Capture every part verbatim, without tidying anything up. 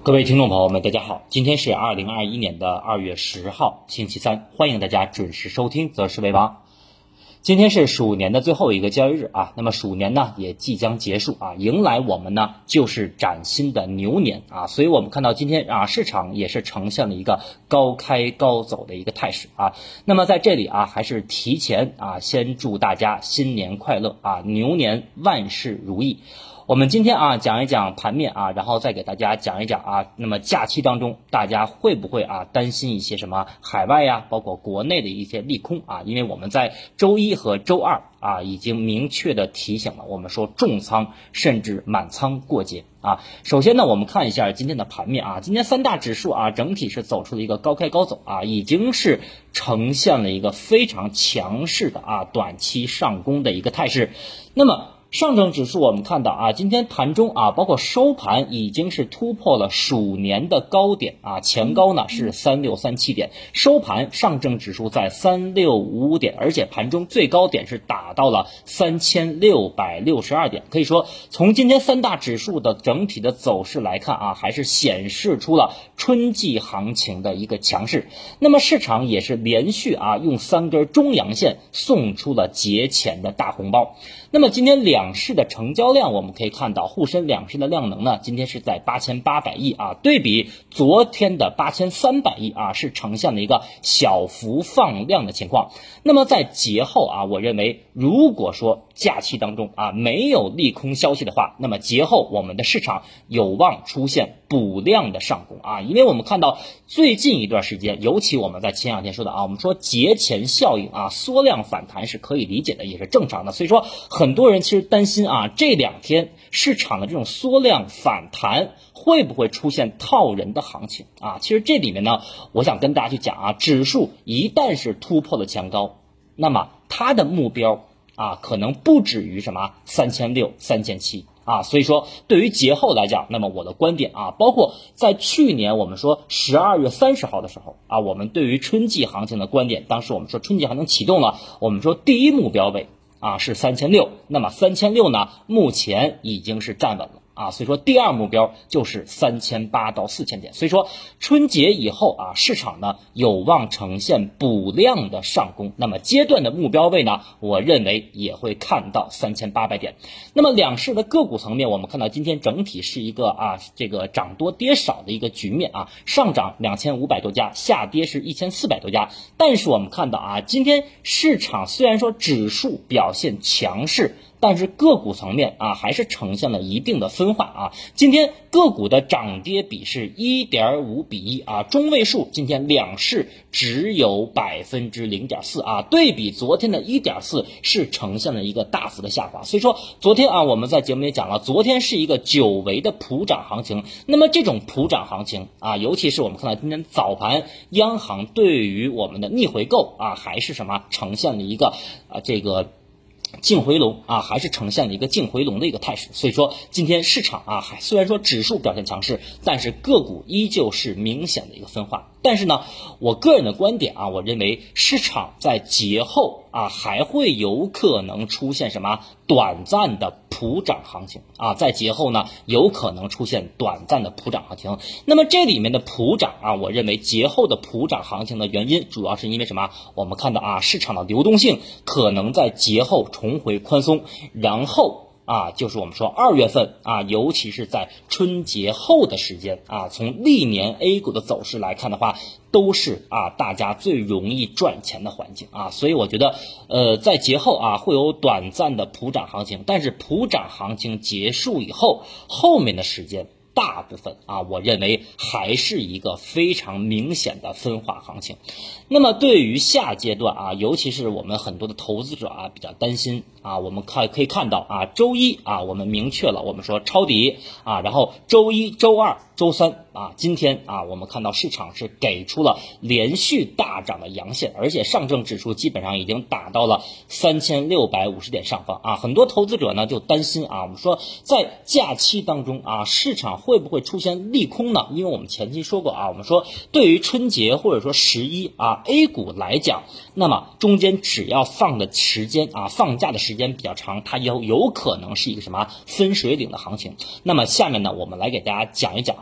各位听众朋友们，大家好，今天是二零二一年的二月十号，星期三，欢迎大家准时收听择时为王。今天是鼠年的最后一个交易日啊，那么鼠年呢也即将结束啊，迎来我们呢就是崭新的牛年啊，所以我们看到今天啊市场也是呈现了一个高开高走的一个态势啊。那么在这里啊，还是提前啊先祝大家新年快乐啊，牛年万事如意。我们今天啊讲一讲盘面啊，然后再给大家讲一讲啊，那么假期当中大家会不会啊担心一些什么海外呀，包括国内的一些利空啊？因为我们在周一和周二啊已经明确的提醒了，我们说重仓甚至满仓过节啊。首先呢，我们看一下今天的盘面啊，今天三大指数啊整体是走出了一个高开高走啊，已经是呈现了一个非常强势的啊短期上攻的一个态势。那么上证指数我们看到啊，今天盘中啊，包括收盘已经是突破了鼠年的高点啊，前高呢是三六三七点，收盘上证指数在三六五五点，而且盘中最高点是达到了三千六百六十二点。可以说，从今天三大指数的整体的走势来看啊，还是显示出了春季行情的一个强势。那么市场也是连续啊用三根中阳线送出了节前的大红包。那么今天两两市的成交量我们可以看到，沪深两市的量能呢，今天是在八千八百亿啊，对比昨天的八千三百亿啊，是呈现了一个小幅放量的情况。那么在节后啊，我认为如果说假期当中啊没有利空消息的话，那么节后我们的市场有望出现补量的上攻啊，因为我们看到最近一段时间，尤其我们在前两天说的啊，我们说节前效应啊，缩量反弹是可以理解的，也是正常的。所以说很多人其实担心啊，这两天市场的这种缩量反弹会不会出现套人的行情啊？其实这里面呢，我想跟大家去讲啊，指数一旦是突破了前高，那么它的目标啊，可能不止于什么三千六、三千七啊，所以说对于节后来讲，那么我的观点啊，包括在去年我们说十二月三十号的时候啊，我们对于春季行情的观点，当时我们说春季行情启动了，我们说第一目标位啊是三千六，那么三千六呢，目前已经是站稳了。啊，所以说第二目标就是三千八到四千点，所以说春节以后啊，市场呢有望呈现补量的上攻，那么阶段的目标位呢，我认为也会看到三千八百点。那么两市的个股层面，我们看到今天整体是一个啊这个涨多跌少的一个局面啊，上涨两千五百多家，下跌是一千四百多家，但是我们看到啊，今天市场虽然说指数表现强势，但是个股层面啊，还是呈现了一定的分化啊。今天个股的涨跌比是 一点五比一啊，中位数今天两市只有 百分之零点四 啊，对比昨天的 一点四 是呈现了一个大幅的下滑。所以说昨天啊，我们在节目里讲了，昨天是一个久违的普涨行情。那么这种普涨行情啊，尤其是我们看到今天早盘央行对于我们的逆回购啊，还是什么呈现了一个啊这个净回笼啊，还是呈现了一个净回笼的一个态势。所以说今天市场啊，还虽然说指数表现强势，但是个股依旧是明显的一个分化。但是呢，我个人的观点啊，我认为市场在节后啊，还会有可能出现什么短暂的普涨行情啊，在节后呢，有可能出现短暂的普涨行情。那么这里面的普涨啊，我认为节后的普涨行情的原因，主要是因为什么？我们看到啊，市场的流动性可能在节后重回宽松，然后啊，就是我们说二月份啊，尤其是在春节后的时间啊，从历年 A 股的走势来看的话，都是啊大家最容易赚钱的环境啊，所以我觉得呃在节后啊会有短暂的普涨行情，但是普涨行情结束以后，后面的时间大部分啊，我认为还是一个非常明显的分化行情。那么对于下阶段啊，尤其是我们很多的投资者啊比较担心啊，我们看可以看到啊，周一啊我们明确了，我们说抄底啊，然后周一、周二、周三啊，今天啊我们看到市场是给出了连续大涨的阳线，而且上证指数基本上已经达到了三千六百五十点上方啊，很多投资者呢就担心啊，我们说在假期当中啊，市场会不会出现利空呢？因为我们前期说过啊，我们说对于春节或者说十一啊 A 股来讲，那么中间只要放的时间啊，放假的时间比较长，它有有可能是一个什么分水岭的行情。那么下面呢，我们来给大家讲一讲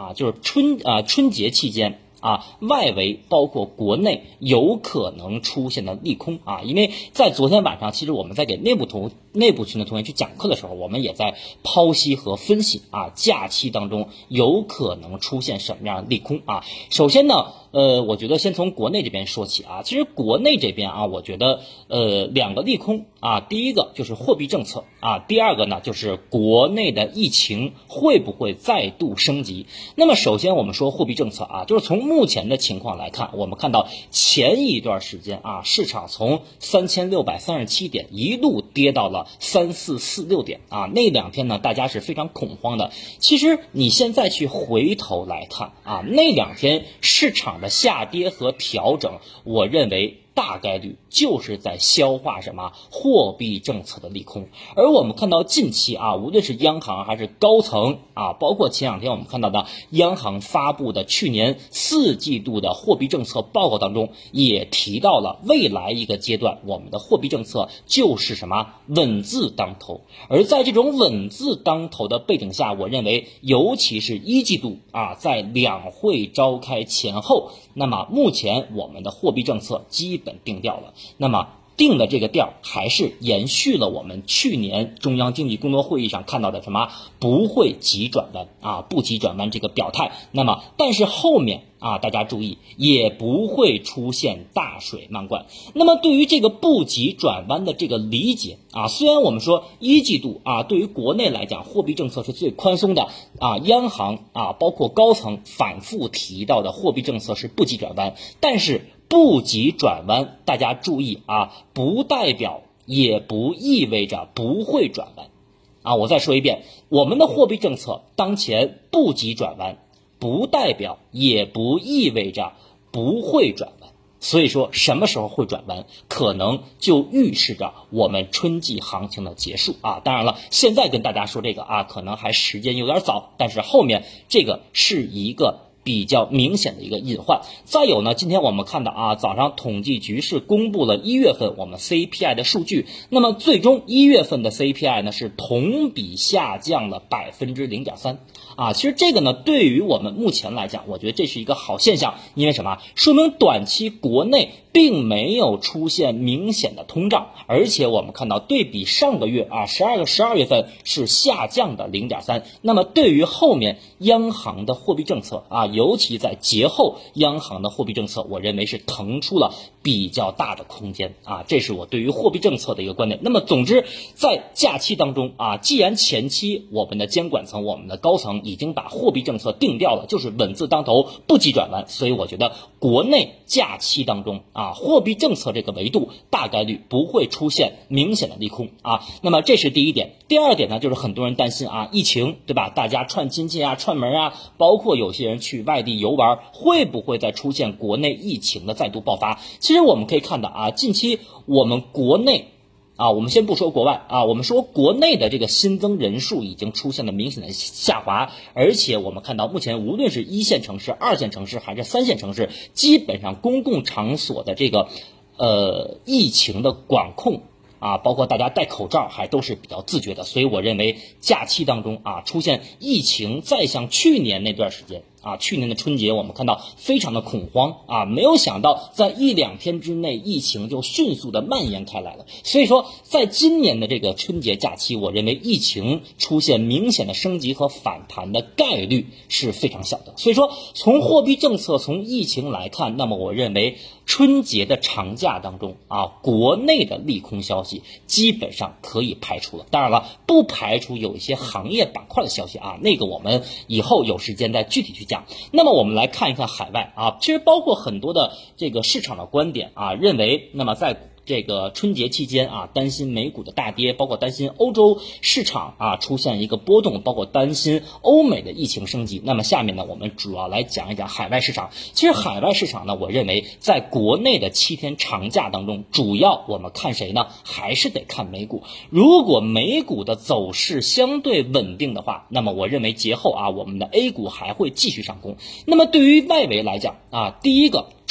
啊，就是春啊春节期间啊，外围包括国内有可能出现的利空啊，因为在昨天晚上，其实我们在给内部同内部群的同学去讲课的时候，我们也在剖析和分析啊，假期当中有可能出现什么样的利空啊。首先呢，呃，我觉得先从国内这边说起啊，其实国内这边啊，我觉得呃两个利空啊，第一个就是货币政策啊，第二个呢就是国内的疫情会不会再度升级。那么首先我们说货币政策啊，就是从目前的情况来看，我们看到前一段时间啊，市场从三千六百三十七点一路跌到了三四四六点啊，那两天呢大家是非常恐慌的。其实你现在去回头来看啊，那两天市场的下跌和调整，我认为大概率就是在消化什么货币政策的利空。而我们看到近期啊，无论是央行还是高层啊，包括前两天我们看到的央行发布的去年四季度的货币政策报告当中，也提到了未来一个阶段我们的货币政策就是什么稳字当头。而在这种稳字当头的背景下，我认为尤其是一季度啊，在两会召开前后，那么目前我们的货币政策基本定调了。那么定的这个调还是延续了我们去年中央经济工作会议上看到的什么不会急转弯啊，不急转弯这个表态。那么但是后面啊，大家注意，也不会出现大水漫灌。那么对于这个不急转弯的这个理解啊，虽然我们说一季度啊，对于国内来讲货币政策是最宽松的啊，央行啊包括高层反复提到的货币政策是不急转弯，但是不急转弯，大家注意啊，不代表也不意味着不会转弯啊。我再说一遍，我们的货币政策当前不急转弯，不代表也不意味着不会转弯。所以说什么时候会转弯，可能就预示着我们春季行情的结束啊。当然了，现在跟大家说这个啊，可能还时间有点早，但是后面这个是一个比较明显的一个隐患。再有呢，今天我们看到啊，早上统计局是公布了一月份我们 C P I 的数据，那么最终一月份的 C P I 呢是同比下降了百分之零点三啊。其实这个呢，对于我们目前来讲，我觉得这是一个好现象，因为什么？说明短期国内并没有出现明显的通胀，而且我们看到对比上个月啊，十二个十二月份是下降的零点三。那么对于后面央行的货币政策啊，尤其在节后央行的货币政策，我认为是腾出了比较大的空间啊，这是我对于货币政策的一个观点。那么总之，在假期当中啊，既然前期我们的监管层、我们的高层已经把货币政策定调了，就是稳字当头，不急转弯，所以我觉得国内假期当中啊，货币政策这个维度大概率不会出现明显的利空啊。那么这是第一点。第二点呢，就是很多人担心啊，疫情对吧？大家串亲戚啊、串门啊，包括有些人去外地游玩，会不会再出现国内疫情的再度爆发？其实我们可以看到啊，近期我们国内啊，我们先不说国外啊，我们说国内的这个新增人数已经出现了明显的下滑，而且我们看到目前无论是一线城市、二线城市还是三线城市，基本上公共场所的这个呃疫情的管控啊，包括大家戴口罩还都是比较自觉的。所以我认为假期当中啊，出现疫情再像去年那段时间啊，去年的春节我们看到非常的恐慌啊，没有想到在一两天之内疫情就迅速的蔓延开来了。所以说在今年的这个春节假期，我认为疫情出现明显的升级和反弹的概率是非常小的。所以说从货币政策、从疫情来看，那么我认为春节的长假当中啊，国内的利空消息基本上可以排除了。当然了，不排除有一些行业板块的消息啊，那个我们以后有时间再具体去讲。那么我们来看一看海外啊，其实包括很多的这个市场的观点啊，认为那么在这个春节期间啊，担心美股的大跌，包括担心欧洲市场啊出现一个波动，包括担心欧美的疫情升级。那么下面呢，我们主要来讲一讲海外市场。其实海外市场呢，我认为在国内的七天长假当中，主要我们看谁呢？还是得看美股。如果美股的走势相对稳定的话，那么我认为节后啊，我们的 A 股还会继续上攻。那么对于外围来讲啊，第一个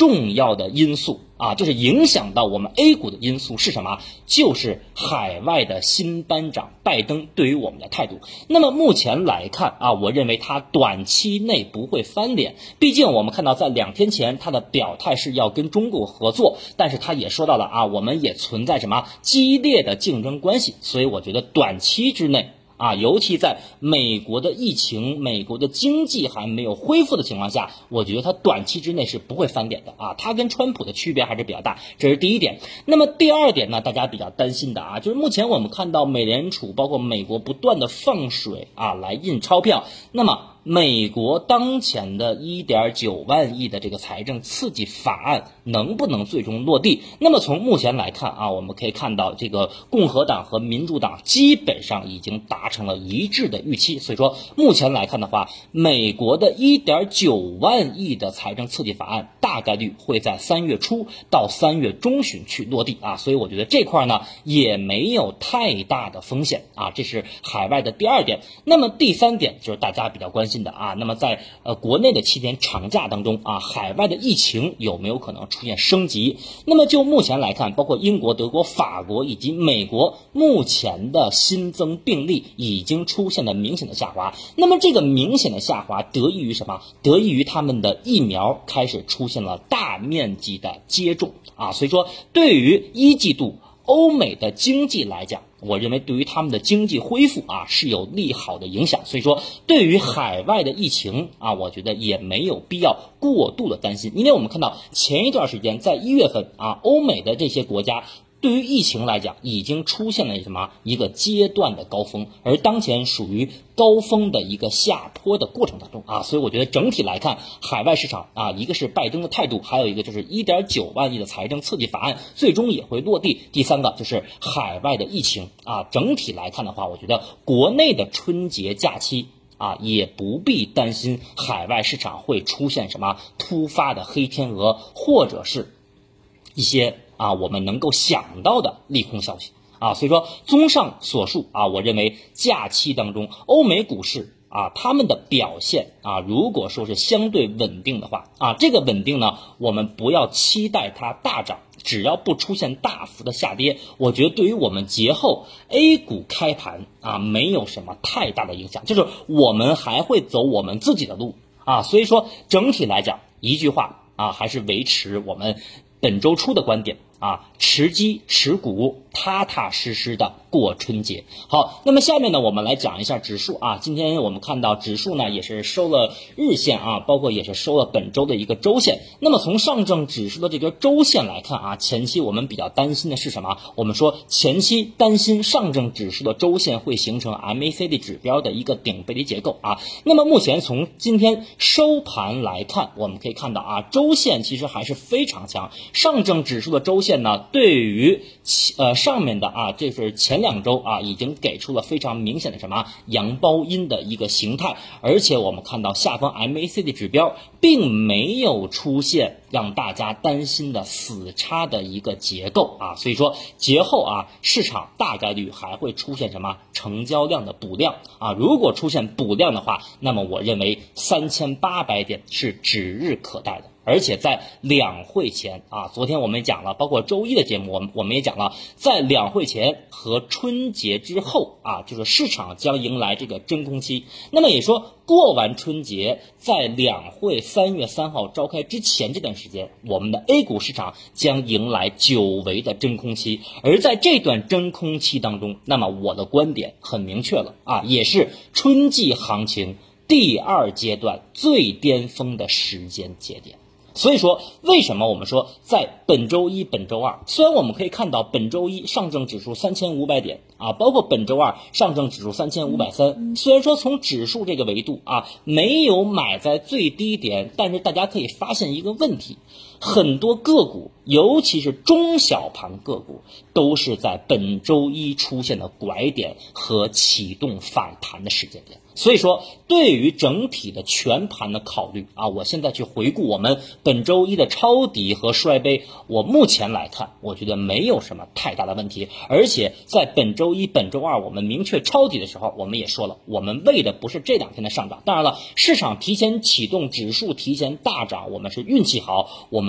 重要的因素啊，就是影响到我们 A 股的因素是什么？就是海外的新班长拜登对于我们的态度。那么目前来看啊，我认为他短期内不会翻脸，毕竟我们看到在两天前他的表态是要跟中国合作，但是他也说到了啊，我们也存在什么激烈的竞争关系，所以我觉得短期之内啊，尤其在美国的疫情、美国的经济还没有恢复的情况下，我觉得它短期之内是不会翻脸的啊。它跟川普的区别还是比较大，这是第一点。那么第二点呢，大家比较担心的啊，就是目前我们看到美联储包括美国不断的放水啊，来印钞票，那么美国当前的 一点九万亿的这个财政刺激法案能不能最终落地？那么从目前来看啊，我们可以看到这个共和党和民主党基本上已经达成了一致的预期，所以说目前来看的话，美国的 一点九万亿的财政刺激法案大概率会在三月初到三月中旬去落地啊，所以我觉得这块呢也没有太大的风险啊，这是海外的第二点。那么第三点就是大家比较关心的啊，那么在呃国内的七天长假当中啊，海外的疫情有没有可能出现升级？那么就目前来看，包括英国、德国、法国以及美国目前的新增病例已经出现了明显的下滑。那么这个明显的下滑得益于什么？得益于他们的疫苗开始出现了大面积的接种啊，所以说对于一季度欧美的经济来讲，我认为对于他们的经济恢复啊是有利好的影响，所以说对于海外的疫情啊，我觉得也没有必要过度的担心，因为我们看到前一段时间在一月份啊，欧美的这些国家对于疫情来讲已经出现了什么一个阶段的高峰，而当前属于高峰的一个下坡的过程当中啊，所以我觉得整体来看，海外市场啊，一个是拜登的态度，还有一个就是 一点九万亿的财政刺激法案最终也会落地，第三个就是海外的疫情啊，整体来看的话，我觉得国内的春节假期啊，也不必担心海外市场会出现什么突发的黑天鹅，或者是一些啊我们能够想到的利空消息啊，所以说综上所述啊，我认为假期当中欧美股市啊他们的表现啊，如果说是相对稳定的话啊，这个稳定呢，我们不要期待它大涨，只要不出现大幅的下跌，我觉得对于我们节后 A 股开盘啊没有什么太大的影响，就是我们还会走我们自己的路啊，所以说整体来讲一句话啊，还是维持我们本周初的观点啊，持机持股，踏踏实实的过春节。好，那么下面呢，我们来讲一下指数啊。今天我们看到指数呢也是收了日线啊，包括也是收了本周的一个周线。那么从上证指数的这个周线来看啊，前期我们比较担心的是什么？我们说前期担心上证指数的周线会形成 M A C D 指标的一个顶背离结构啊。那么目前从今天收盘来看，我们可以看到啊，周线其实还是非常强。上证指数的周线呢，对于呃上面的啊，这是前两周啊，已经给出了非常明显的什么阳包阴的一个形态，而且我们看到下方 M A C D 指标并没有出现让大家担心的死叉的一个结构啊，所以说节后啊，市场大概率还会出现什么成交量的补量啊，如果出现补量的话，那么我认为三千八百点是指日可待的。而且在两会前啊，昨天我们讲了，包括周一的节目，我们我们也讲了，在两会前和春节之后啊，就是市场将迎来这个真空期。那么也说，过完春节，在两会三月三号召开之前这段时间，我们的 A 股市场将迎来久违的真空期。而在这段真空期当中，那么我的观点很明确了啊，也是春季行情第二阶段最巅峰的时间节点。所以说为什么我们说在本周一本周二，虽然我们可以看到本周一上证指数三千五百点啊，包括本周二上证指数三千五百三，虽然说从指数这个维度啊没有买在最低点，但是大家可以发现一个问题，很多个股尤其是中小盘个股都是在本周一出现的拐点和启动反弹的时间点。所以说对于整体的全盘的考虑啊，我现在去回顾我们本周一的抄底和摔杯，我目前来看我觉得没有什么太大的问题。而且在本周一本周二我们明确抄底的时候，我们也说了，我们为的不是这两天的上涨，当然了，市场提前启动，指数提前大涨，我们是运气好，我们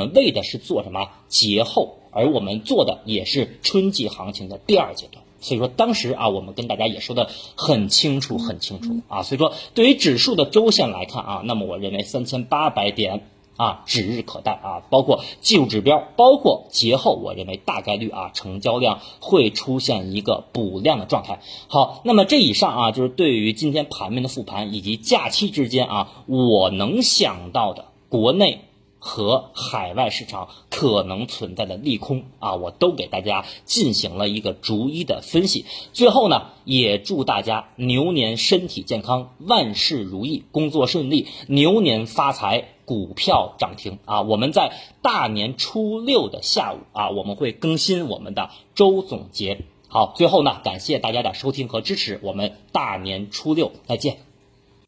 们为的是做什么节后，而我们做的也是春季行情的第二阶段。所以说当时啊，我们跟大家也说的很清楚很清楚啊。所以说对于指数的周线来看啊，那么我认为三千八百点啊指日可待啊，包括技术指标，包括节后，我认为大概率啊成交量会出现一个补量的状态。好，那么这以上啊就是对于今天盘面的复盘以及假期之间啊我能想到的国内和海外市场可能存在的利空啊，我都给大家进行了一个逐一的分析。最后呢，也祝大家牛年身体健康，万事如意，工作顺利，牛年发财，股票涨停啊！我们在大年初六的下午啊，我们会更新我们的周总结。好，最后呢，感谢大家的收听和支持，我们大年初六再见。